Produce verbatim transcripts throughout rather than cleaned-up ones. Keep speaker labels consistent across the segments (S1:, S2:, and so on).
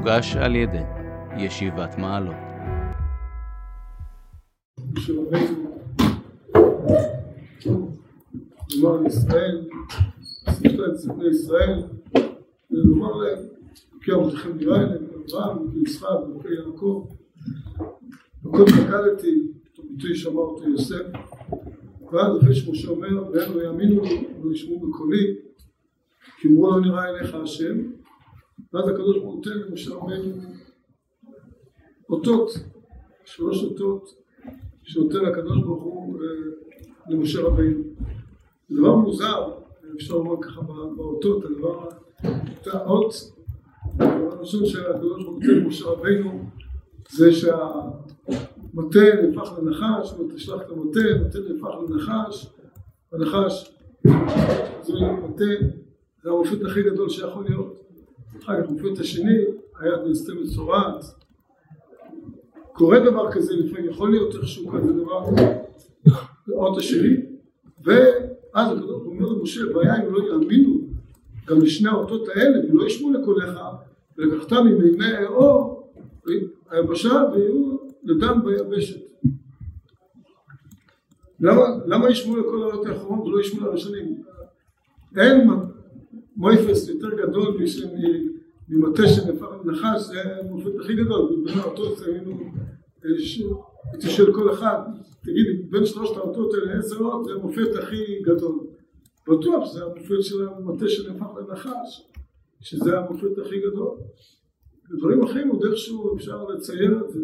S1: מוגש על ידי ישיבת מעלות.
S2: שרבנו לומר לישראל, ספר את ספני ישראל, ולומר להם, כי אבותיכם נראה אליהם, אברהם, ויצחק, ויעקב, וכל תקלתי, ביטוי שאמר אותו יוסף, ואז אחרי שמשה אומר, והם לא יאמינו לי, לא ישמעו בקולי, כי אמרו לא נראה אליך השם, ואז הקדוש ברוך הוא נותן למשה רבנו אותות, שלוש אותות, שנותן הקדוש ברוך הוא למשה רבנו. זה דבר מוזר, אפשר לומר ככה באותות, הדבר, האות, הדבר הראשון שהקדוש ברוך הוא נותן למשה רבנו, זה שהמטה נהפך לנחש, ותשלח את המטה, המטה נהפך לנחש, הנחש זה מטה, זה המופת הכי גדול שיכול להיות. אחר כך המופת השני, היד נסתם מצורעת, קורה דבר כזה לפעמים, יכול להיות איכשהו כזה דבר, האות השני, ואז הקדוש ברוך הוא אומר למשה, והיה אם לא יאמינו גם לשני האותות האלה, ולא ישמעו לקולך, ולקחת ממימי האור, היבשה ויהיו לדם ביבשת. למה, למה ישמעו לכל האות האחרון ולא ישמעו לראשונים? אין מויפס יותר גדול ממטה שנהפך לנחש, זה המופת הכי גדול, בין האותות היינו של כל אחד, תגידי, בין שלושת האותות האלה עשר אות, זה המופת הכי גדול. בטוח שזה המופת של המטה שנהפך לנחש, שזה המופת הכי גדול. ודברים אחרים עוד איכשהו אפשר לצייר את זה.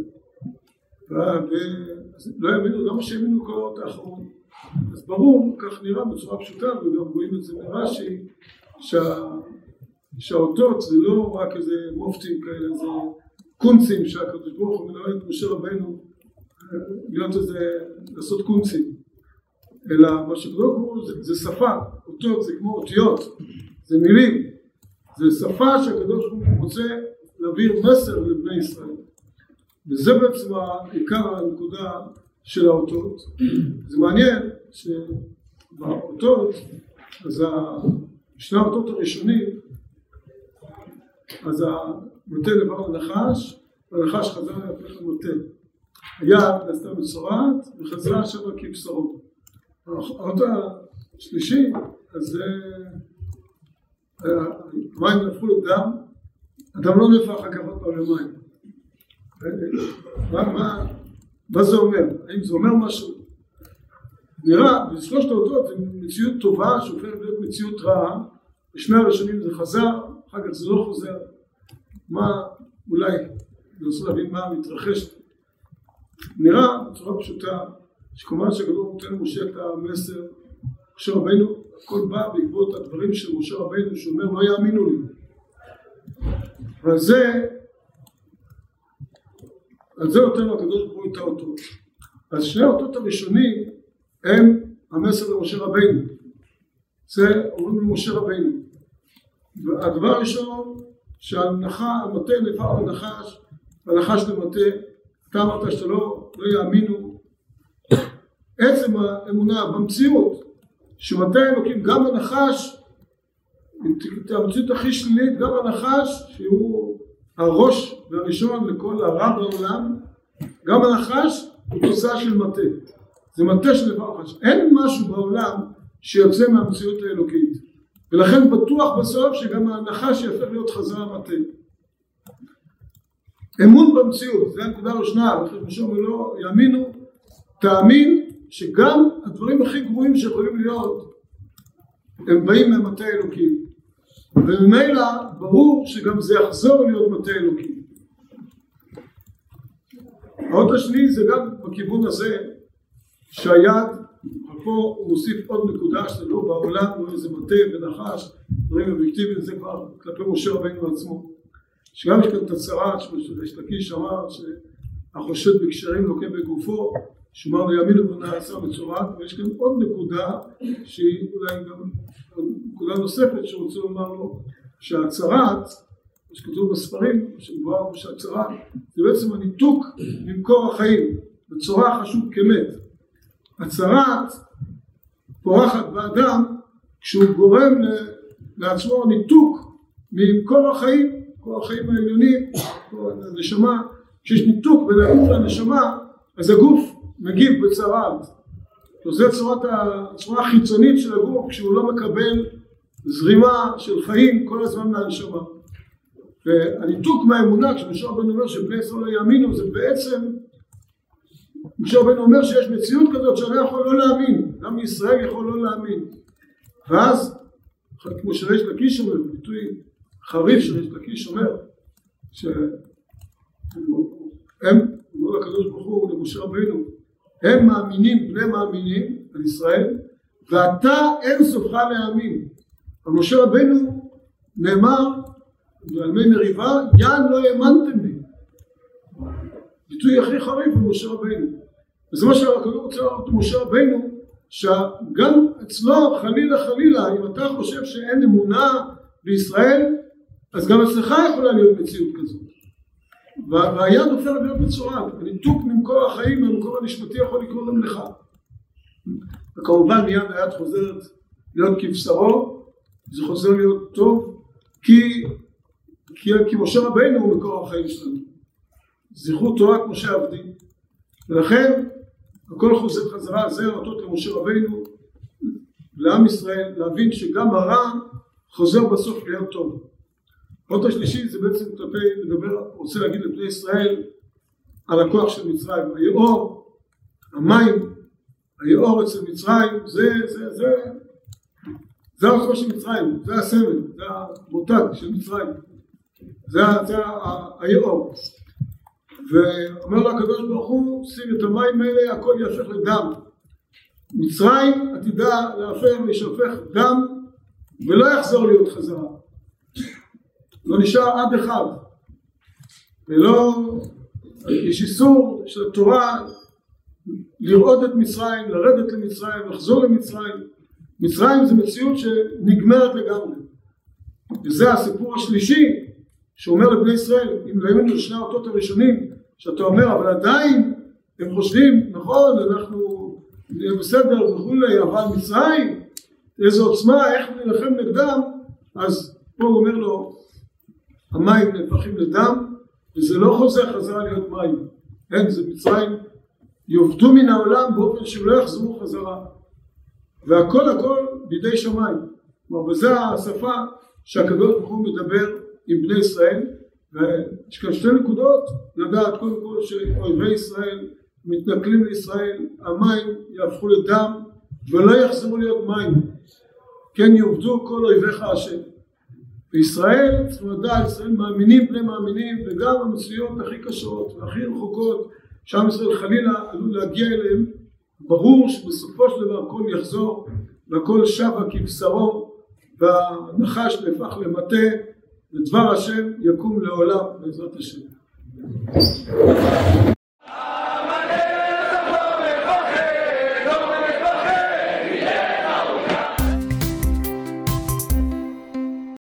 S2: ולא יאמינו, למה שיאמינו כל האות האחרון? אז ברור, כך נראה בצורה פשוטה, וגם רואים את זה מרש"י, שה... שהאותות זה לא רק איזה מופתים כאלה, זה קונצים שהקדוש ברוך הוא מלמד את משה רבנו להיות איזה, לעשות קונצים, אלא מה שקדוש ברוך הוא זה, זה שפה, אותות זה כמו אותיות, זה מילים, זה שפה שהקדוש ברוך הוא רוצה להעביר מסר לבני ישראל, וזה בעצם העיקר הנקודה של האותות. זה מעניין שבאותות, אז שני האותות הראשונים, אז המטה נהפך לנחש, והנחש חזר להפך למטה. היד נעשתה מצורעת, וחזרה שמה כבשרו. האות השלישי, אז המים נהפכו לדם, אדם לא נהפך אגב עוד פעם למים. מה, מה, מה זה אומר? האם זה אומר משהו? נראה, בשלושת האותות זה מציאות טובה שהופכת להיות מציאות רעה, בשני הראשונים זה חזר, אחר כך זה לא חוזר. מה, אולי, ננסה להבין מה מתרחש. נראה בצורה פשוטה, שכמובן שהקדוש ברוך הוא נותן למשה את המסר, משה רבנו, הכל בא בעקבות הדברים של משה רבנו, שאומר לא יאמינו לי. ועל זה, על זה נותן לו הקדוש ברוך הוא את האותות. אז שני האותות הראשונים הם המסר למשה רבנו. זה אומרים למשה רבנו. והדבר הראשון, שהמטה נהפך לנחש, והנחש למטה, אתה אמרת שאתה לא, לא יאמינו. עצם האמונה במציאות, שמטה אלוקים, גם הנחש, את המציאות הכי שלילית, גם הנחש, שהוא הראש והראשון לכל הרע בעולם, גם הנחש הוא תוצאה של מטה. זה מטה שנהפך לנחש. אין משהו בעולם שיוצא מהמציאות האלוקית. ולכן בטוח בסוף שגם הנחש יהפך להיות חזרה מטה. אמון במציאות, זה הנקודה הראשונה, אחרי משה אומר לא יאמינו, תאמין שגם הדברים הכי גרועים שיכולים להיות, הם באים מהמטה האלוקי. וממילא ברור שגם זה יחזור להיות מטה אלוקי. האות השני זה גם בכיוון הזה, שהיד, פה הוא מוסיף עוד נקודה שזה לא בעולם, לא איזה מטה ונחש, דברים אובייקטיביים, זה כבר כלפי משה רבנו עצמו. שגם יש כאן את הצהרה, יש לקיש אמר שהחושד בקשרים לוקה בגופו, שאומר לו יאמינו ונעשה מצורעת, ויש כאן עוד נקודה שהיא אולי גם נקודה נוספת שרוצה לומר לו שהצהרת, שכתוב בספרים, שמבואר שהצהרת, זה בעצם הניתוק ממקור החיים, בצורה חשוב כמת. הצהרת פורחת באדם כשהוא גורם לעצמו ניתוק ממקור החיים, כל החיים העליונים, כל הנשמה, כשיש ניתוק בין הגוף לנשמה, אז הגוף מגיב בצרעת. זו צורת הצורה החיצונית של הגוף, כשהוא לא מקבל זרימה של חיים כל הזמן מהנשמה. והניתוק מהאמונה, כשמשה רבנו אומר שבני ישראל לא יאמינו, זה בעצם, משה רבנו אומר שיש מציאות כזאת שאני יכול לא להאמין, גם ישראל יכול לא להאמין. ואז, כמו שריש לקיש אומר, ביטוי חריף שריש לקיש אומר, שהם, אומר הקדוש ברוך הוא למשה רבנו, הם מאמינים, בני מאמינים על ישראל, ואתה אין סופך להאמין. על משה רבנו נאמר, ועל מי מריבה, יען לא האמנתם בי. ביטוי הכי חריף על משה רבנו. וזה מה שהקדוש רוצה לראות משה רבנו, שגם אצלו חלילה חלילה, אם אתה חושב שאין אמונה בישראל, אז גם אצלך יכולה להיות מציאות כזאת. והיד הופך להיות מצורעת, הניתוק ממקור החיים והמקור הנשמתי יכול לקרוא גם לך. וכמובן מיד היד חוזרת להיות כבשרו, זה חוזר להיות טוב, כי, כי, כי משה רבינו הוא מקור החיים שלנו. זכרו תורת משה עבדי. ולכן הכל חוזר חזרה, זה אותות למשה רבינו, לעם ישראל, להבין שגם הרע חוזר בסוף להיות טוב. האות השלישי זה בעצם כלפי, לדבר, רוצה להגיד לבני ישראל על הכוח של מצרים. היאור, המים, היאור אצל מצרים, זה, זה, זה, זה העוצמה של מצרים, זה הסמל, זה המותג של מצרים, זה, זה היאור. ואומר לו הקדוש ברוך הוא, שים את המים האלה, הכל יהפך לדם. מצרים עתידה להפך וישפך דם, ולא יחזור להיות חזרה. לא נשאר עד אחד. ולא, יש איסור של התורה לראות את מצרים, לרדת למצרים, לחזור למצרים. מצרים זה מציאות שנגמרת לגמרי. וזה הסיפור השלישי שאומר לבני ישראל, אם לא ימינו לשני האותות הראשונים, שאתה אומר, אבל עדיין הם חושבים, נכון, אנחנו נהיה בסדר וכולי, אבל מצרים, איזו עוצמה, איך נלחם נגדם, אז פה הוא אומר לו, המים נהפכים לדם, וזה לא חוזר חזרה להיות מים. אין, זה מצרים יובדו מן העולם באופן שהם לא יחזרו חזרה. והכל הכל בידי שמיים. כלומר, וזה השפה שהקדוש ברוך הוא מדבר עם בני ישראל, ויש כאן שתי נקודות, לדעת קודם כל שאויבי ישראל מתנכלים לישראל, המים יהפכו לדם, ולא יחזרו להיות מים. כן יובדו כל אויביך השם. בישראל, צריכים לדעת, ישראל מאמינים בני מאמינים, וגם המציאות הכי קשות והכי רחוקות, שעם ישראל חלילה עלול להגיע אליהם, ברור שבסופו של דבר הכל יחזור, והכל שווה כבשרו, והנחש נהפך למטה, ודבר השם יקום לעולם בעזרת השם.